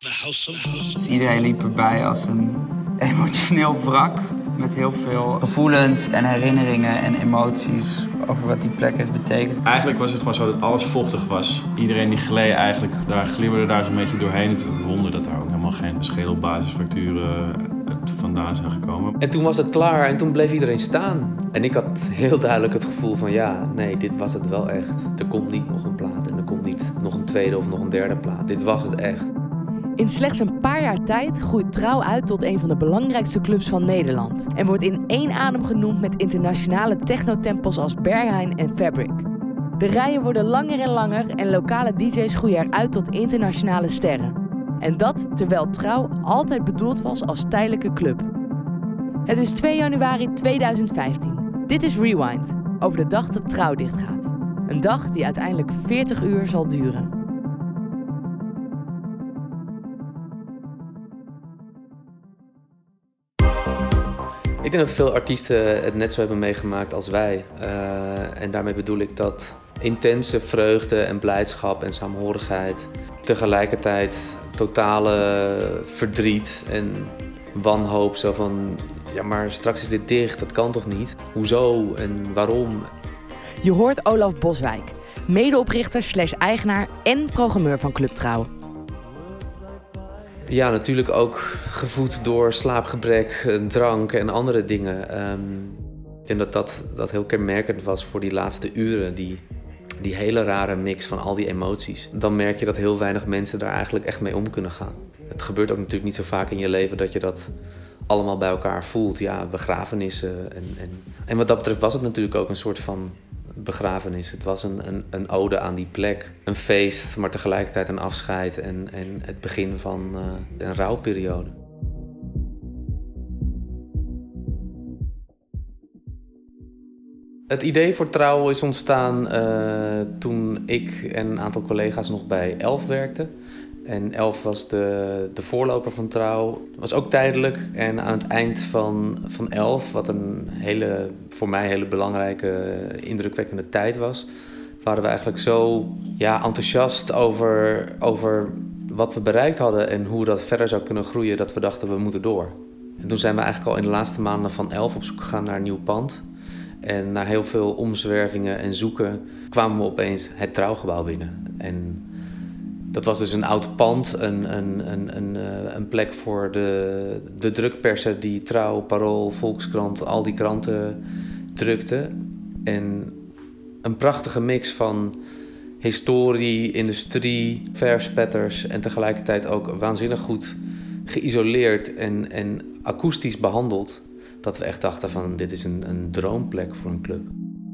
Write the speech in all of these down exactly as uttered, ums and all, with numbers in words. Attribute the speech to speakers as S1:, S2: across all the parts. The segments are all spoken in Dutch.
S1: Dus iedereen liep erbij als een emotioneel wrak. Met heel veel gevoelens en herinneringen en emoties over wat die plek heeft betekend.
S2: Eigenlijk was het gewoon zo dat alles vochtig was. Iedereen die gleed eigenlijk, daar glibberde daar zo'n beetje doorheen. Het is een wonder dat daar ook helemaal geen schedelbasisfracturen vandaan zijn gekomen.
S3: En toen was het klaar en toen bleef iedereen staan. En ik had heel duidelijk het gevoel van ja, nee, dit was het wel echt. Er komt niet nog een plaat en er komt niet nog een tweede of nog een derde plaat. Dit was het echt.
S4: In slechts een paar jaar tijd groeit Trouw uit tot een van de belangrijkste clubs van Nederland. En wordt in één adem genoemd met internationale technotempels als Berghain en Fabric. De rijen worden langer en langer en lokale D J's groeien eruit tot internationale sterren. En dat terwijl Trouw altijd bedoeld was als tijdelijke club. Het is twee januari tweeduizend vijftien. Dit is Rewind, over de dag dat Trouw dichtgaat. Een dag die uiteindelijk veertig uur zal duren.
S3: Ik denk dat veel artiesten het net zo hebben meegemaakt als wij. Uh, en daarmee bedoel ik dat intense vreugde en blijdschap en saamhorigheid, tegelijkertijd totale verdriet en wanhoop. Zo van, ja maar straks is dit dicht, dat kan toch niet? Hoezo en waarom?
S4: Je hoort Olaf Boswijk, medeoprichter slash eigenaar en programmeur van Club Trouw.
S3: Ja, natuurlijk ook gevoed door slaapgebrek, drank en andere dingen. Um, ik denk dat, dat dat heel kenmerkend was voor die laatste uren, die, die hele rare mix van al die emoties. Dan merk je dat heel weinig mensen daar eigenlijk echt mee om kunnen gaan. Het gebeurt ook natuurlijk niet zo vaak in je leven dat je dat allemaal bij elkaar voelt. Ja, begrafenissen. En, en, en wat dat betreft was het natuurlijk ook een soort van begrafenis. Het was een, een, een ode aan die plek. Een feest, maar tegelijkertijd een afscheid en, en het begin van uh, een rouwperiode. Het idee voor Trouw is ontstaan uh, toen ik en een aantal collega's nog bij Elf werkten. En Elf was de, de voorloper van Trouw. Was ook tijdelijk. En aan het eind van, van Elf, wat een hele, voor mij hele belangrijke, indrukwekkende tijd was, waren we eigenlijk zo ja, enthousiast over, over wat we bereikt hadden en hoe dat verder zou kunnen groeien, dat we dachten we moeten door. En toen zijn we eigenlijk al in de laatste maanden van Elf op zoek gegaan naar een nieuw pand. En na heel veel omzwervingen en zoeken kwamen we opeens het Trouwgebouw binnen. En dat was dus een oud pand, een, een, een, een, een plek voor de, de drukpersen die Trouw, Parool, Volkskrant, al die kranten drukten. En een prachtige mix van historie, industrie, verfspetters en tegelijkertijd ook waanzinnig goed geïsoleerd en, en akoestisch behandeld. Dat we echt dachten van dit is een, een droomplek voor een club.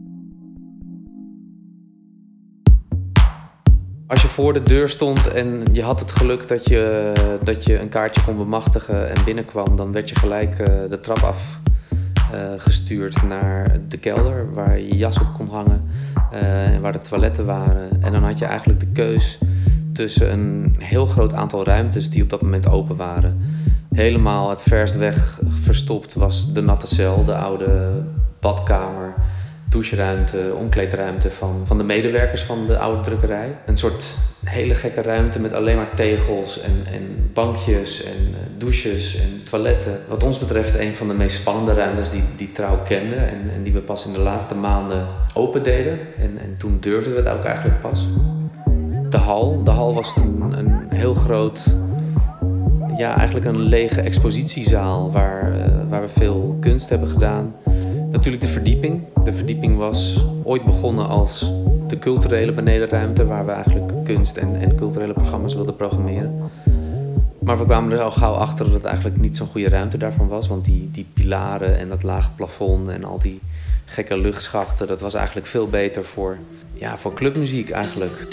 S3: Als je voor de deur stond en je had het geluk dat je, dat je een kaartje kon bemachtigen en binnenkwam, dan werd je gelijk uh, de trap af uh, gestuurd naar de kelder waar je je jas op kon hangen uh, en waar de toiletten waren. En dan had je eigenlijk de keus tussen een heel groot aantal ruimtes die op dat moment open waren. Helemaal het verst weg verstopt was de natte cel, de oude badkamer, doucheruimte, omkleedruimte van, van de medewerkers van de oude drukkerij. Een soort hele gekke ruimte met alleen maar tegels en, en bankjes en douches en toiletten. Wat ons betreft een van de meest spannende ruimtes die, die Trouw kende en, en die we pas in de laatste maanden open deden. En, en toen durfden we het ook eigenlijk pas. De hal. De hal was een, een heel groot, ja, eigenlijk een lege expositiezaal waar, uh, waar we veel kunst hebben gedaan. Natuurlijk de verdieping. De verdieping was ooit begonnen als de culturele benedenruimte, waar we eigenlijk kunst en, en culturele programma's wilden programmeren. Maar we kwamen er al gauw achter dat het eigenlijk niet zo'n goede ruimte daarvan was, want die, die pilaren en dat lage plafond en al die gekke luchtschachten, dat was eigenlijk veel beter voor, ja, voor clubmuziek eigenlijk.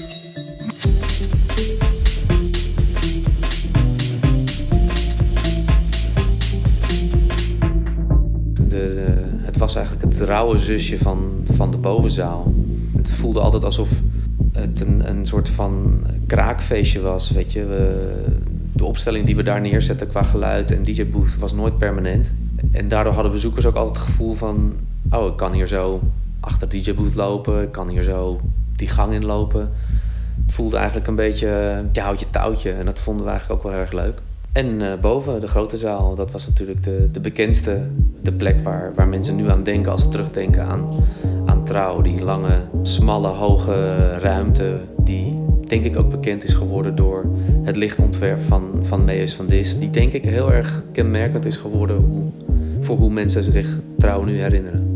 S3: Het was eigenlijk het rauwe zusje van, van de bovenzaal. Het voelde altijd alsof het een, een soort van kraakfeestje was. Weet je. We, de opstelling die we daar neerzetten qua geluid en D J-booth was nooit permanent. En daardoor hadden bezoekers ook altijd het gevoel van, oh, ik kan hier zo achter D J-booth lopen, ik kan hier zo die gang inlopen. Het voelde eigenlijk een beetje uh, houtje touwtje en dat vonden we eigenlijk ook wel erg leuk. En uh, boven, de grote zaal, dat was natuurlijk de, de bekendste, de plek waar, waar mensen nu aan denken als ze terugdenken aan, aan Trouw. Die lange, smalle, hoge ruimte die denk ik ook bekend is geworden door het lichtontwerp van, van Meus van Dis. Die denk ik heel erg kenmerkend is geworden hoe, voor hoe mensen zich Trouw nu herinneren.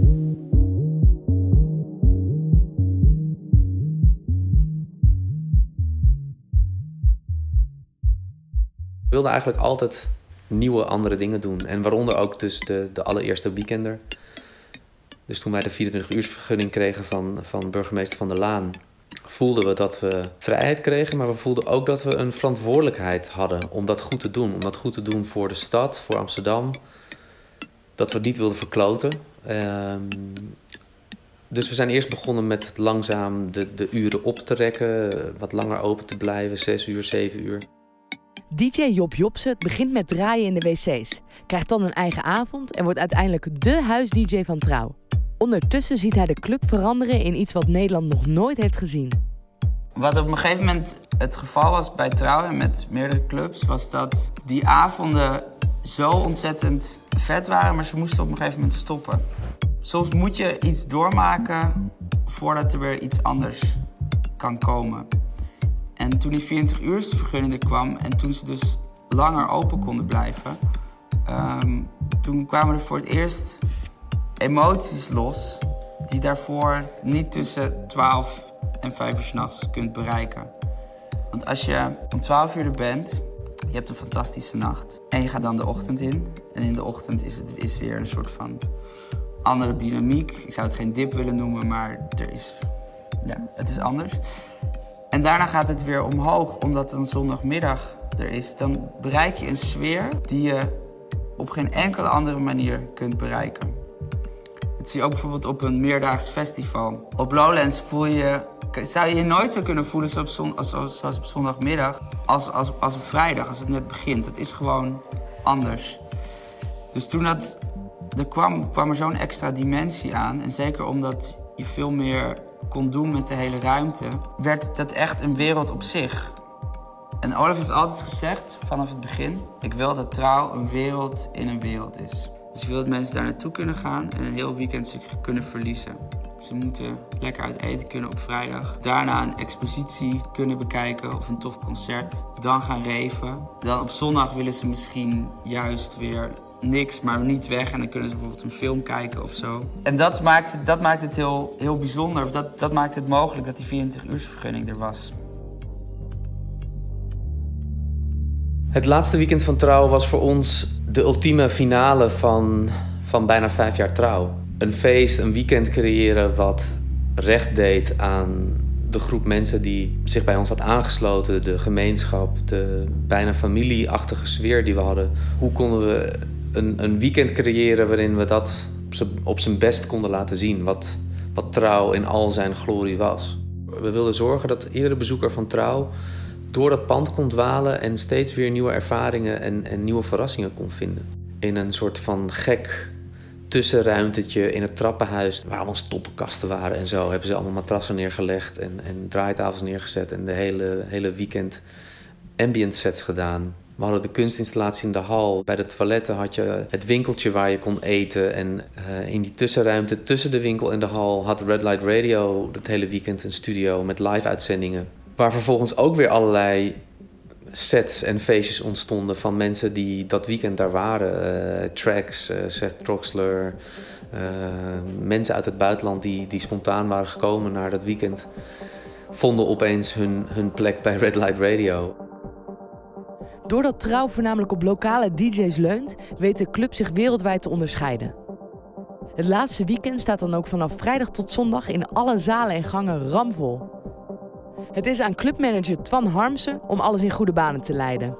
S3: We wilden eigenlijk altijd nieuwe, andere dingen doen. En waaronder ook dus de, de allereerste weekender. Dus toen wij de vierentwintig uursvergunning kregen van, van burgemeester Van der Laan, voelden we dat we vrijheid kregen, maar we voelden ook dat we een verantwoordelijkheid hadden om dat goed te doen. Om dat goed te doen voor de stad, voor Amsterdam. Dat we het niet wilden verkloten. Um, dus we zijn eerst begonnen met langzaam de, de uren op te rekken, wat langer open te blijven, zes uur, zeven uur.
S4: D J Job Jobsen begint met draaien in de wc's, krijgt dan een eigen avond en wordt uiteindelijk dé huis-D J van Trouw. Ondertussen ziet hij de club veranderen in iets wat Nederland nog nooit heeft gezien.
S1: Wat op een gegeven moment het geval was bij Trouw en met meerdere clubs, was dat die avonden zo ontzettend vet waren, maar ze moesten op een gegeven moment stoppen. Soms moet je iets doormaken voordat er weer iets anders kan komen. En toen die vierentwintig uursvergunning er kwam en toen ze dus langer open konden blijven, um, toen kwamen er voor het eerst emoties los die daarvoor niet tussen twaalf en vijf uur 's nachts kunt bereiken. Want als je om twaalf uur er bent, je hebt een fantastische nacht en je gaat dan de ochtend in. En in de ochtend is het is weer een soort van andere dynamiek. Ik zou het geen dip willen noemen, maar er is, ja, het is anders. En daarna gaat het weer omhoog, omdat het een zondagmiddag er is. Dan bereik je een sfeer die je op geen enkele andere manier kunt bereiken. Dat zie je ook bijvoorbeeld op een meerdaags festival. Op Lowlands voel je, zou je je nooit zo kunnen voelen zoals op, zon, als, zoals op zondagmiddag als, als, als op vrijdag, als het net begint. Het is gewoon anders. Dus toen dat er kwam, kwam er zo'n extra dimensie aan. En zeker omdat je veel meer kon doen met de hele ruimte, werd dat echt een wereld op zich. En Olaf heeft altijd gezegd, vanaf het begin, ik wil dat Trouw een wereld in een wereld is. Dus ik wil dat mensen daar naartoe kunnen gaan en een heel weekend zich kunnen verliezen. Ze moeten lekker uit eten kunnen op vrijdag. Daarna een expositie kunnen bekijken of een tof concert. Dan gaan raven. Dan op zondag willen ze misschien juist weer niks, maar niet weg. En dan kunnen ze bijvoorbeeld een film kijken of zo. En dat maakt, dat maakt het heel, heel bijzonder. Of dat, dat maakt het mogelijk dat die vierentwintig uursvergunning er was.
S3: Het laatste weekend van Trouw was voor ons de ultieme finale van, van bijna vijf jaar Trouw. Een feest, een weekend creëren wat recht deed aan de groep mensen die zich bij ons had aangesloten. De gemeenschap, de bijna familieachtige sfeer die we hadden. Hoe konden we een, een weekend creëren waarin we dat op zijn best konden laten zien. Wat, wat Trouw in al zijn glorie was. We wilden zorgen dat iedere bezoeker van Trouw door dat pand kon dwalen en steeds weer nieuwe ervaringen en, en nieuwe verrassingen kon vinden. In een soort van gek tussenruimtetje in het trappenhuis, waar allemaal stoppenkasten waren en zo, hebben ze allemaal matrassen neergelegd en, en draaitafels neergezet en de hele, hele weekend ambient sets gedaan. We hadden de kunstinstallatie in de hal. Bij de toiletten had je het winkeltje waar je kon eten. En uh, in die tussenruimte tussen de winkel en de hal had Red Light Radio het hele weekend een studio met live-uitzendingen. Waar vervolgens ook weer allerlei sets en feestjes ontstonden van mensen die dat weekend daar waren. Uh, tracks, uh, Seth Troxler, uh, mensen uit het buitenland die, die spontaan waren gekomen naar dat weekend, vonden opeens hun, hun plek bij Red Light Radio.
S4: Doordat Trouw voornamelijk op lokale D J's leunt, weet de club zich wereldwijd te onderscheiden. Het laatste weekend staat dan ook vanaf vrijdag tot zondag in alle zalen en gangen ramvol. Het is aan clubmanager Twan Harmsen om alles in goede banen te leiden.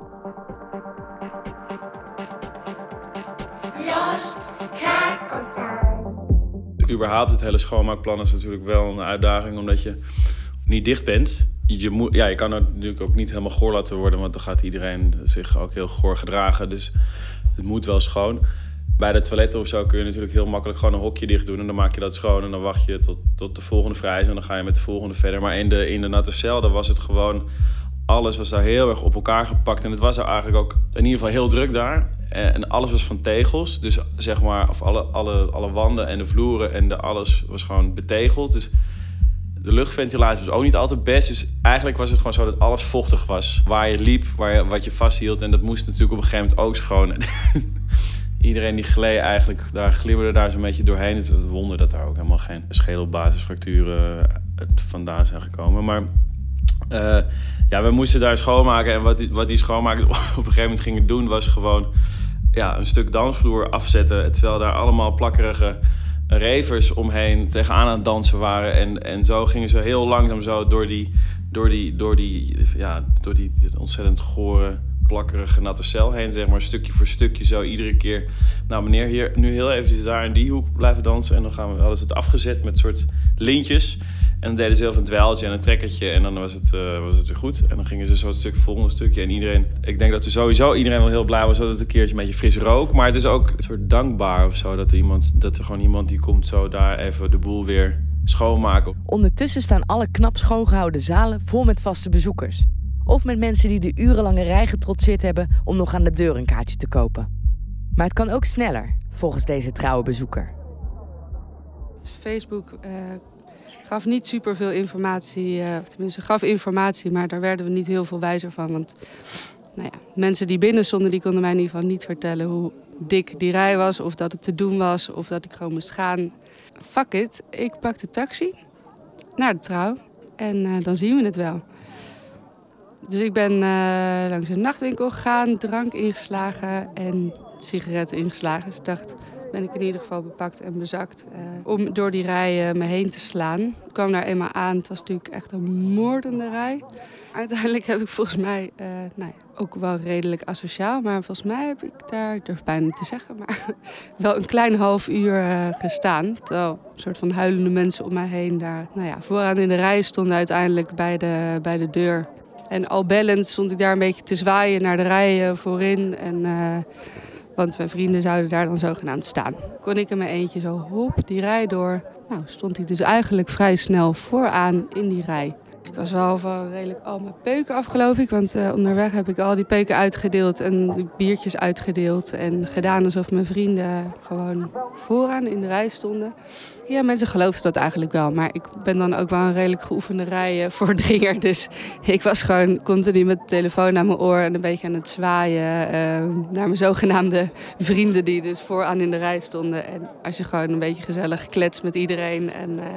S2: Überhaupt het hele schoonmaakplan is natuurlijk wel een uitdaging, omdat je niet dicht bent. Je, moet, ja, je kan het natuurlijk ook niet helemaal goor laten worden, want dan gaat iedereen zich ook heel goor gedragen. Dus het moet wel schoon. Bij de toiletten of zo kun je natuurlijk heel makkelijk gewoon een hokje dicht doen. En dan maak je dat schoon en dan wacht je tot, tot de volgende vrij is. En dan ga je met de volgende verder. Maar in de, in de natte cel, daar was het gewoon... Alles was daar heel erg op elkaar gepakt. En het was er eigenlijk ook in ieder geval heel druk daar. En alles was van tegels. Dus zeg maar, of alle, alle, alle wanden en de vloeren en de alles was gewoon betegeld. Dus de luchtventilatie was ook niet altijd best. Dus eigenlijk was het gewoon zo dat alles vochtig was. Waar je liep, waar je, wat je vasthield. En dat moest natuurlijk op een gegeven moment ook schoon. Iedereen die gleed eigenlijk, daar glibberde daar zo'n beetje doorheen. Het is een wonder dat daar ook helemaal geen schedelbasisfracturen vandaan zijn gekomen. Maar uh, ja, we moesten daar schoonmaken. En wat die, wat die schoonmakers op een gegeven moment gingen doen, was gewoon ja, een stuk dansvloer afzetten. Terwijl daar allemaal plakkerige revers omheen tegenaan aan het dansen waren. En, en zo gingen ze heel langzaam zo door die, door die, door die, ja, door die ontzettend gore, plakkerige natte cel heen, zeg maar, stukje voor stukje zo iedere keer. Nou, meneer, hier nu heel eventjes daar in die hoek blijven dansen. En dan gaan we, hadden ze het afgezet met soort lintjes. En dan deden ze zelf een dweiltje en een trekkertje en dan was het, uh, was het weer goed. En dan gingen ze zo het stuk volgende stukje. En iedereen, ik denk dat er sowieso iedereen wel heel blij was dat het een keertje een beetje fris rook. Maar het is ook een soort dankbaar of zo dat er, iemand, dat er gewoon iemand die komt zo daar even de boel weer schoonmaken.
S4: Ondertussen staan alle knap schoongehouden zalen vol met vaste bezoekers. Of met mensen die de urenlange rij getrotseerd hebben om nog aan de deur een kaartje te kopen. Maar het kan ook sneller, volgens deze trouwe bezoeker.
S5: Facebook uh, gaf niet superveel informatie, uh, of tenminste gaf informatie, maar daar werden we niet heel veel wijzer van. Want nou ja, mensen die binnen stonden, die konden mij in ieder geval niet vertellen hoe dik die rij was, of dat het te doen was, of dat ik gewoon moest gaan. Fuck it, ik pak de taxi naar de trouw en uh, dan zien we het wel. Dus ik ben uh, langs een nachtwinkel gegaan, drank ingeslagen en sigaretten ingeslagen. Dus ik dacht, ben ik in ieder geval bepakt en bezakt uh, om door die rij uh, me heen te slaan. Ik kwam daar eenmaal aan, het was natuurlijk echt een moordende rij. Uiteindelijk heb ik volgens mij, uh, nou ja, ook wel redelijk asociaal, maar volgens mij heb ik daar, ik durf bijna niet te zeggen, maar wel een klein half uur uh, gestaan. Terwijl een soort van huilende mensen om mij heen daar, nou ja, vooraan in de rij stonden uiteindelijk bij de, bij de deur. En al bellend stond ik daar een beetje te zwaaien naar de rij voorin. En, uh, want mijn vrienden zouden daar dan zogenaamd staan. Kon ik in mijn eentje zo hop die rij door. Nou, stond hij dus eigenlijk vrij snel vooraan in die rij. Ik was wel van redelijk al mijn peuken af, geloof ik. Want uh, onderweg heb ik al die peuken uitgedeeld en die biertjes uitgedeeld. En gedaan alsof mijn vrienden gewoon vooraan in de rij stonden. Ja, mensen geloofden dat eigenlijk wel. Maar ik ben dan ook wel een redelijk geoefende rijvoordringer. Dus ik was gewoon continu met de telefoon aan mijn oor en een beetje aan het zwaaien uh, naar mijn zogenaamde vrienden die dus vooraan in de rij stonden. En als je gewoon een beetje gezellig kletst met iedereen. En uh,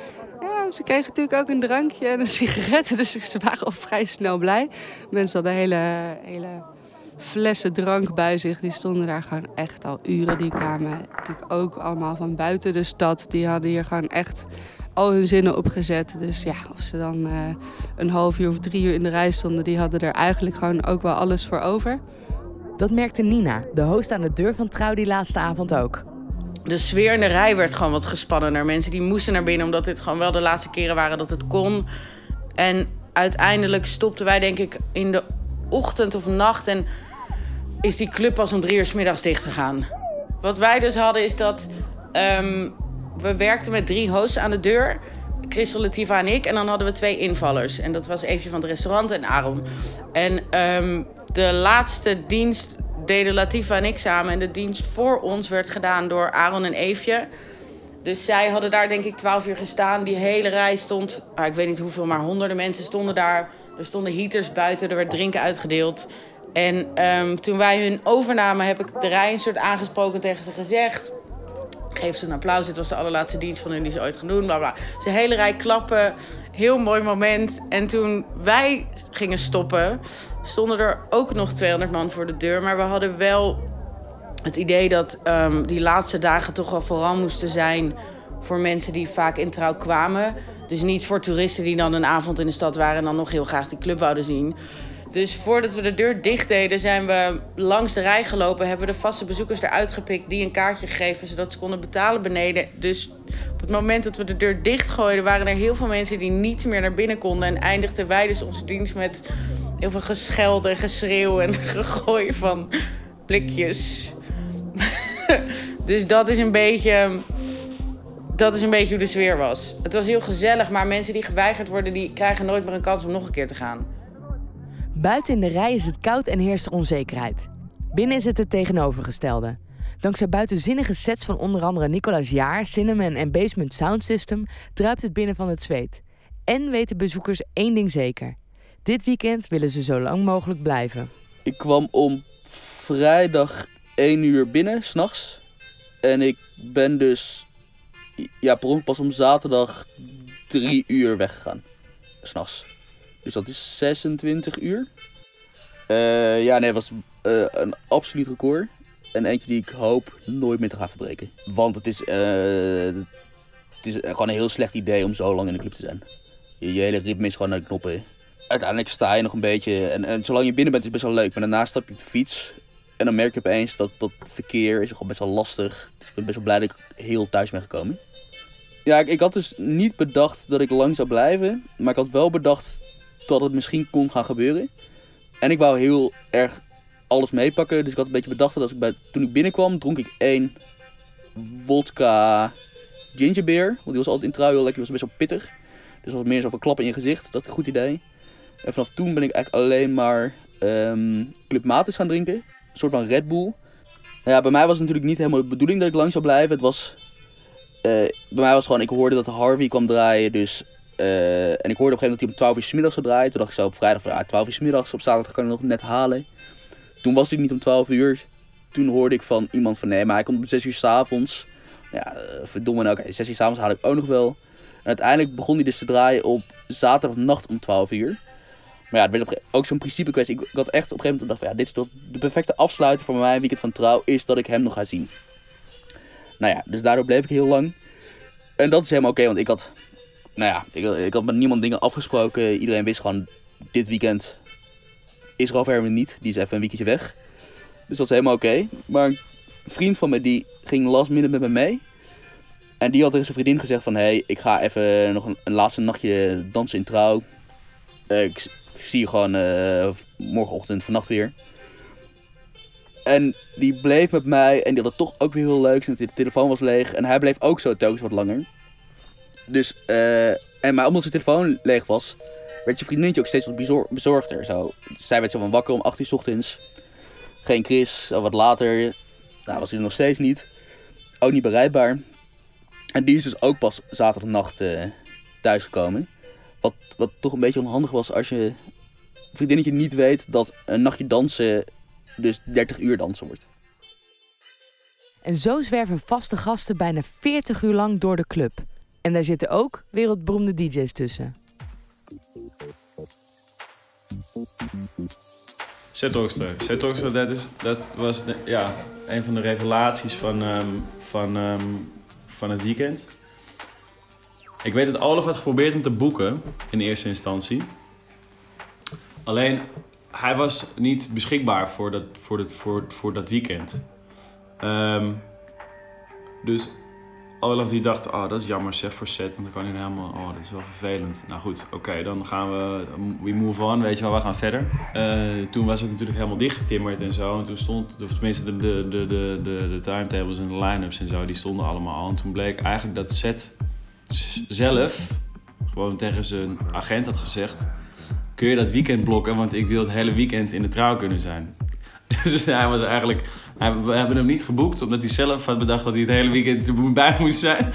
S5: ja, ze kregen natuurlijk ook een drankje en een sigaret. Dus ze waren al vrij snel blij. Mensen hadden hele, hele flessen drank bij zich. Die stonden daar gewoon echt al uren. Die kwamen natuurlijk ook allemaal van buiten de stad. Die hadden hier gewoon echt al hun zinnen op gezet. Dus ja, of ze dan uh, een half uur of drie uur in de rij stonden, die hadden er eigenlijk gewoon ook wel alles voor over.
S4: Dat merkte Nina, de host aan de deur van Trouw, die laatste avond ook.
S6: De sfeer in de rij werd gewoon wat gespannener. Mensen die moesten naar binnen, omdat dit gewoon wel de laatste keren waren dat het kon. En uiteindelijk stopten wij, denk ik, in de ochtend of nacht en is die club pas om drie uur 's middags dicht gegaan. Wat wij dus hadden is dat um, we werkten met drie hosts aan de deur. Christel, Latifa en ik. En dan hadden we twee invallers. En dat was Eefje van het restaurant en Aaron. En um, de laatste dienst deden Latifa en ik samen. En de dienst voor ons werd gedaan door Aaron en Eefje. Dus zij hadden daar denk ik twaalf uur gestaan. Die hele rij stond, ah, ik weet niet hoeveel, maar honderden mensen stonden daar. Er stonden heaters buiten, er werd drinken uitgedeeld. En um, toen wij hun overnamen, heb ik de rij een soort aangesproken tegen ze gezegd. Geef ze een applaus, dit was de allerlaatste dienst van hun die ze ooit gaan doen, bla bla. Dus de hele rij klappen, heel mooi moment. En toen wij gingen stoppen, stonden er ook nog tweehonderd man voor de deur. Maar we hadden wel het idee dat um, die laatste dagen toch wel vooral moesten zijn voor mensen die vaak in Trouw kwamen. Dus niet voor toeristen die dan een avond in de stad waren en dan nog heel graag die club wouden zien. Dus voordat we de deur dicht deden, zijn we langs de rij gelopen. Hebben we de vaste bezoekers eruit gepikt, die een kaartje gegeven, zodat ze konden betalen beneden. Dus op het moment dat we de deur dichtgooiden, waren er heel veel mensen die niet meer naar binnen konden. En eindigden wij dus onze dienst met heel veel gescheld en geschreeuw en gegooid van blikjes. Dus dat is een beetje... Dat is een beetje hoe de sfeer was. Het was heel gezellig, maar mensen die geweigerd worden... die krijgen nooit meer een kans om nog een keer te gaan.
S4: Buiten in de rij is het koud en heerst er onzekerheid. Binnen is het het tegenovergestelde. Dankzij buitenzinnige sets van onder andere Nicolas Jaar, Cinnamon en Basement Sound System... druipt het binnen van het zweet. En weten bezoekers één ding zeker. Dit weekend willen ze zo lang mogelijk blijven.
S7: Ik kwam om vrijdag één uur binnen, 's nachts. En ik ben dus ja, per ongeluk pas om zaterdag drie uur weggegaan. 's Nachts. Dus dat is zesentwintig uur. Uh, ja, nee, het was uh, een absoluut record. En eentje die ik hoop nooit meer te gaan verbreken. Want het is, uh, het is gewoon een heel slecht idee om zo lang in de club te zijn. Je, je hele ritme is gewoon naar de knoppen. Uiteindelijk sta je nog een beetje. En, en zolang je binnen bent is het best wel leuk. Maar daarna stap je op de fiets. En dan merk je opeens dat dat verkeer is gewoon best wel lastig. Dus ik ben best wel blij dat ik heel thuis ben gekomen. Ja, ik, ik had dus niet bedacht dat ik lang zou blijven. Maar ik had wel bedacht dat het misschien kon gaan gebeuren. En ik wou heel erg alles meepakken. Dus ik had een beetje bedacht dat als ik bij, toen ik binnenkwam, dronk ik één wodka gingerbeer. Want die was altijd in trui heel lekker, die was best wel pittig. Dus dat was meer zo van klap in je gezicht. Dat is een goed idee. En vanaf toen ben ik eigenlijk alleen maar um, Club Matis gaan drinken. Een soort van Red Bull. Nou ja, bij mij was het natuurlijk niet helemaal de bedoeling dat ik lang zou blijven. Het was, uh, bij mij was gewoon, ik hoorde dat Harvey kwam draaien. Dus, uh, en ik hoorde op een gegeven moment dat hij om twaalf uur 's middags zou draaien. Toen dacht ik zo op vrijdag van ja, twaalf uur 's middags. Op zaterdag kan ik nog net halen. Toen was hij niet om twaalf uur. Toen hoorde ik van iemand van nee, maar hij komt om zes uur 's avonds. Ja, uh, verdomme, nou, oké, okay, zes uur 's avonds haal ik ook nog wel. En uiteindelijk begon hij dus te draaien op zaterdagnacht om twaalf uur. Maar ja, het werd op, ook zo'n principe kwestie. Ik, ik had echt op een gegeven moment gedacht van ja, dit is toch de perfecte afsluiter voor mijn weekend van Trouw, is dat ik hem nog ga zien. Nou ja, dus daardoor bleef ik heel lang. En dat is helemaal oké, okay, want ik had, nou ja, ik, ik had met niemand dingen afgesproken. Iedereen wist gewoon, dit weekend is Ralf Herman niet. Die is even een weekendje weg. Dus dat is helemaal oké. Okay. Maar een vriend van me, die ging last minute met me mee. En die had tegen zijn vriendin gezegd van, hé, hey, ik ga even nog een, een laatste nachtje dansen in Trouw. Uh, ik, ik zie je gewoon uh, morgenochtend, vannacht weer. En die bleef met mij en die had het toch ook weer heel leuk, want de telefoon was leeg. En hij bleef ook zo telkens wat langer. Dus, uh, en maar omdat zijn telefoon leeg was, werd zijn vriendinnetje ook steeds wat bezor- bezorgder. Zo. Zij werd zo van wakker om acht uur 's ochtends. Geen Chris, wat later. Nou, was hij er nog steeds niet. Ook niet bereikbaar. En die is dus ook pas zaterdagnacht uh, thuisgekomen. Wat, wat toch een beetje onhandig was als je vriendinnetje niet weet dat een nachtje dansen dus dertig uur dansen wordt.
S4: En zo zwerven vaste gasten bijna veertig uur lang door de club. En daar zitten ook wereldberoemde D J's tussen.
S2: Seth Roxler. Seth Roxler, dat, is, dat was de, ja, een van de revelaties van, um, van, um, van het weekend. Ik weet dat Olaf had geprobeerd hem te boeken in eerste instantie. Alleen, hij was niet beschikbaar voor dat, voor dat, voor, voor dat weekend. Um, dus Olaf die dacht, oh dat is jammer zeg voor Seth. En dan kan hij helemaal, oh dat is wel vervelend. Nou goed, oké, okay, dan gaan we, we move on, weet je wel, we gaan verder. Uh, toen was het natuurlijk helemaal dichtgetimmerd en zo. En toen stond, of tenminste de, de, de, de, de, de timetables en de line-ups en zo, die stonden allemaal al. En toen bleek eigenlijk dat Seth zelf gewoon tegen zijn agent had gezegd, kun je dat weekend blokken, want ik wil het hele weekend in de Trouw kunnen zijn. Dus hij was eigenlijk, we hebben hem niet geboekt omdat hij zelf had bedacht dat hij het hele weekend bij moest zijn.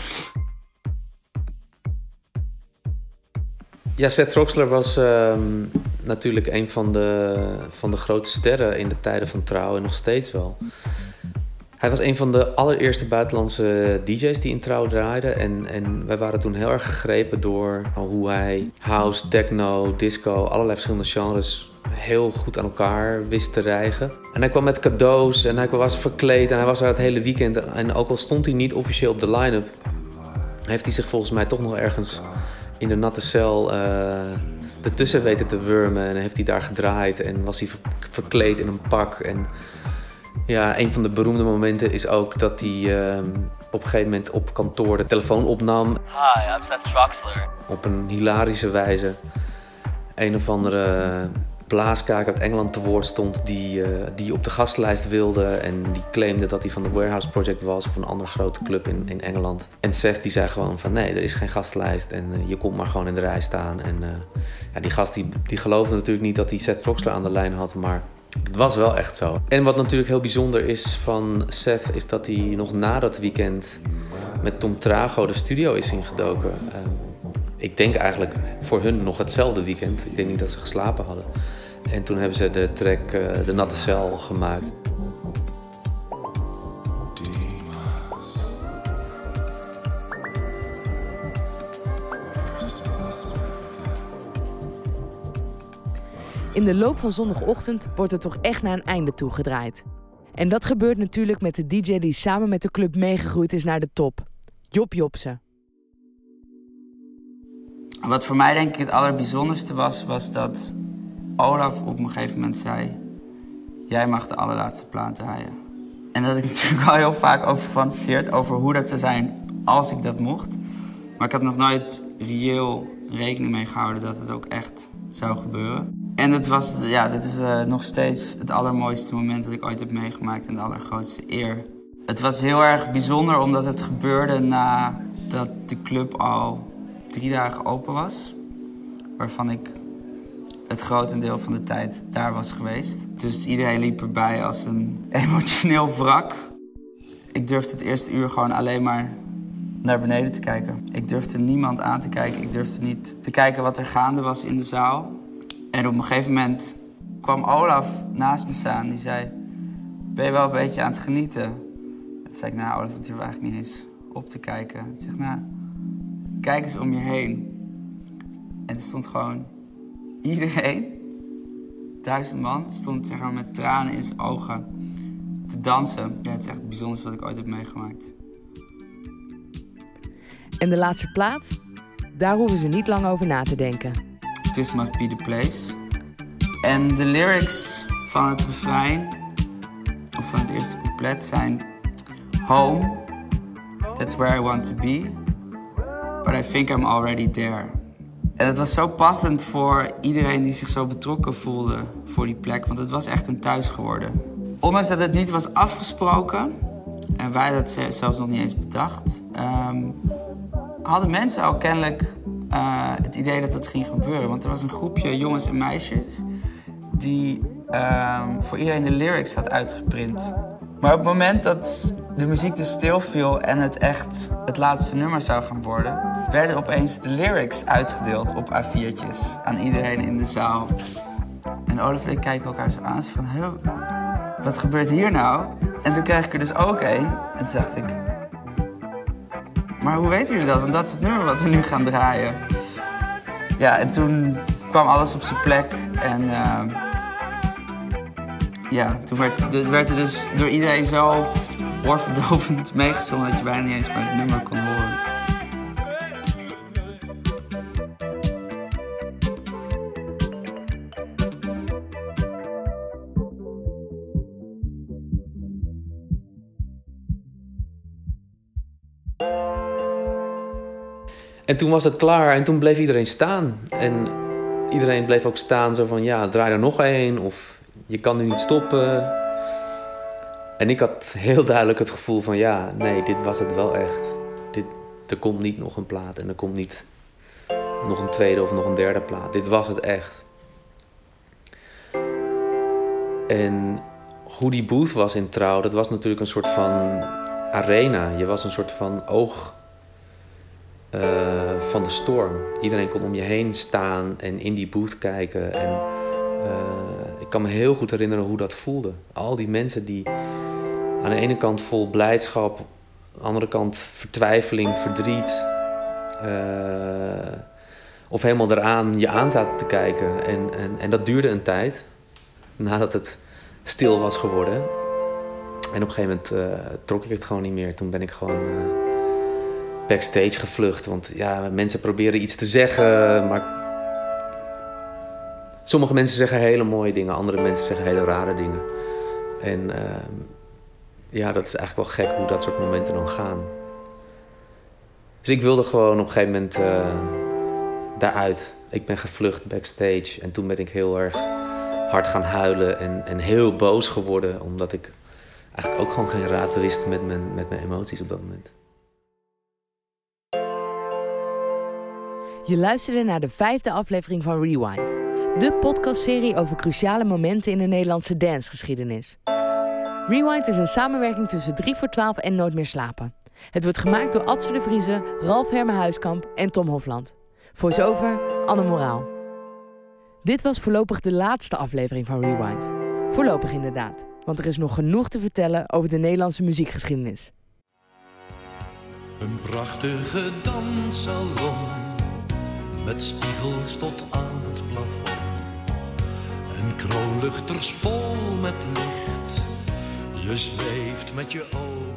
S3: Ja, Seth Roxler was um, natuurlijk een van de, van de grote sterren in de tijden van Trouw en nog steeds wel. Hij was een van de allereerste buitenlandse D J's die in Trouw draaiden. En, en wij waren toen heel erg gegrepen door hoe hij house, techno, disco, allerlei verschillende genres heel goed aan elkaar wist te rijgen. En hij kwam met cadeaus en hij was verkleed en hij was daar het hele weekend. En ook al stond hij niet officieel op de line-up, heeft hij zich volgens mij toch nog ergens in de natte cel uh, ertussen weten te wurmen. En heeft hij daar gedraaid en was hij verkleed in een pak. En ja, een van de beroemde momenten is ook dat hij uh, op een gegeven moment op kantoor de telefoon opnam.
S8: Hi, I'm Seth Roxler.
S3: Op een hilarische wijze. Een of andere blaaskaak uit Engeland te woord stond die, uh, die op de gastlijst wilde en die claimde dat hij van de Warehouse Project was of een andere grote club in, in Engeland. En Seth die zei gewoon van nee, er is geen gastlijst en uh, je komt maar gewoon in de rij staan. En uh, ja, die gast die, die geloofde natuurlijk niet dat hij Seth Troxler aan de lijn had, maar het was wel echt zo. En wat natuurlijk heel bijzonder is van Seth is dat hij nog na dat weekend met Tom Trago de studio is ingedoken. Uh, Ik denk eigenlijk voor hun nog hetzelfde weekend. Ik denk niet dat ze geslapen hadden. En toen hebben ze de track uh, De Natte Cel gemaakt.
S4: In de loop van zondagochtend wordt er toch echt naar een einde toegedraaid. En dat gebeurt natuurlijk met de D J die samen met de club meegegroeid is naar de top. Job Jobsen.
S1: Wat voor mij denk ik het allerbijzonderste was, was dat Olaf op een gegeven moment zei: jij mag de allerlaatste plaat draaien. En dat ik natuurlijk al heel vaak over fantaseerd over hoe dat zou zijn als ik dat mocht. Maar ik had nog nooit reëel rekening mee gehouden dat het ook echt zou gebeuren. En het was, ja, dit is uh, nog steeds het allermooiste moment dat ik ooit heb meegemaakt en de allergrootste eer. Het was heel erg bijzonder omdat het gebeurde nadat de club al drie dagen open was, waarvan ik het grotendeel van de tijd daar was geweest. Dus iedereen liep erbij als een emotioneel wrak. Ik durfde het eerste uur gewoon alleen maar naar beneden te kijken. Ik durfde niemand aan te kijken. Ik durfde niet te kijken wat er gaande was in de zaal. En op een gegeven moment kwam Olaf naast me staan. Die zei: ben je wel een beetje aan het genieten? Toen zei ik: nou, Olaf, ik durf eigenlijk niet eens op te kijken. Hij zegt: nou, kijk eens om je heen. En er stond gewoon iedereen, duizend man, stond zeg maar met tranen in zijn ogen te dansen. Ja, het is echt het bijzonderste wat ik ooit heb meegemaakt.
S4: En de laatste plaat? Daar hoeven ze niet lang over na te denken.
S1: This Must Be The Place. En de lyrics van het refrein, of van het eerste couplet, zijn: home, that's where I want to be, but I think I'm already there. En het was zo passend voor iedereen die zich zo betrokken voelde voor die plek, want het was echt een thuis geworden. Ondanks dat het niet was afgesproken, en wij dat zelfs nog niet eens bedacht, um, hadden mensen al kennelijk uh, het idee dat het ging gebeuren. Want er was een groepje jongens en meisjes die um, voor iedereen de lyrics had uitgeprint. Maar op het moment dat de muziek dus stilviel en het echt het laatste nummer zou gaan worden, werden opeens de lyrics uitgedeeld op A viertjes aan iedereen in de zaal. En Olaf en ik kijken elkaar zo aan, van, huh, wat gebeurt hier nou? En toen kreeg ik er dus ook één. En toen dacht ik: maar hoe weten jullie dat? Want dat is het nummer wat we nu gaan draaien. Ja, en toen kwam alles op zijn plek. En uh, ja, toen werd, de, werd er dus door iedereen zo oorverdovend meegezongen dat je bijna niet eens meer het nummer kon horen.
S3: En toen was het klaar en toen bleef iedereen staan. En iedereen bleef ook staan zo van, ja, draai er nog één of je kan nu niet stoppen. En ik had heel duidelijk het gevoel van, ja, nee, dit was het wel echt. Dit, er komt niet nog een plaat en er komt niet nog een tweede of nog een derde plaat. Dit was het echt. En hoe die booth was in Trouw, dat was natuurlijk een soort van arena. Je was een soort van oog uh, van de storm. Iedereen kon om je heen staan en in die booth kijken. En uh, ik kan me heel goed herinneren hoe dat voelde. Al die mensen die aan de ene kant vol blijdschap, aan de andere kant vertwijfeling, verdriet, uh, of helemaal eraan je aan zaten te kijken. En, en, en dat duurde een tijd, nadat het stil was geworden. En op een gegeven moment uh, trok ik het gewoon niet meer. Toen ben ik gewoon uh, backstage gevlucht. Want ja, mensen proberen iets te zeggen, maar sommige mensen zeggen hele mooie dingen, andere mensen zeggen hele rare dingen. En uh, ja, dat is eigenlijk wel gek hoe dat soort momenten dan gaan. Dus ik wilde gewoon op een gegeven moment uh, daaruit. Ik ben gevlucht backstage en toen ben ik heel erg hard gaan huilen en, en heel boos geworden. Omdat ik eigenlijk ook gewoon geen raad wist met mijn, met mijn emoties op dat moment.
S4: Je luisterde naar de vijfde aflevering van Rewind. De podcastserie over cruciale momenten in de Nederlandse dancegeschiedenis. Rewind is een samenwerking tussen drie voor twaalf en Nooit meer slapen. Het wordt gemaakt door Adse de Vrieze, Ralf Herme Huiskamp en Tom Hofland. Voice-over Anne Moraal. Dit was voorlopig de laatste aflevering van Rewind. Voorlopig inderdaad, want er is nog genoeg te vertellen over de Nederlandse muziekgeschiedenis.
S8: Een prachtige danssalon, met spiegels tot aan het plafond. En kroonluchters vol met licht, je zweeft met je ogen.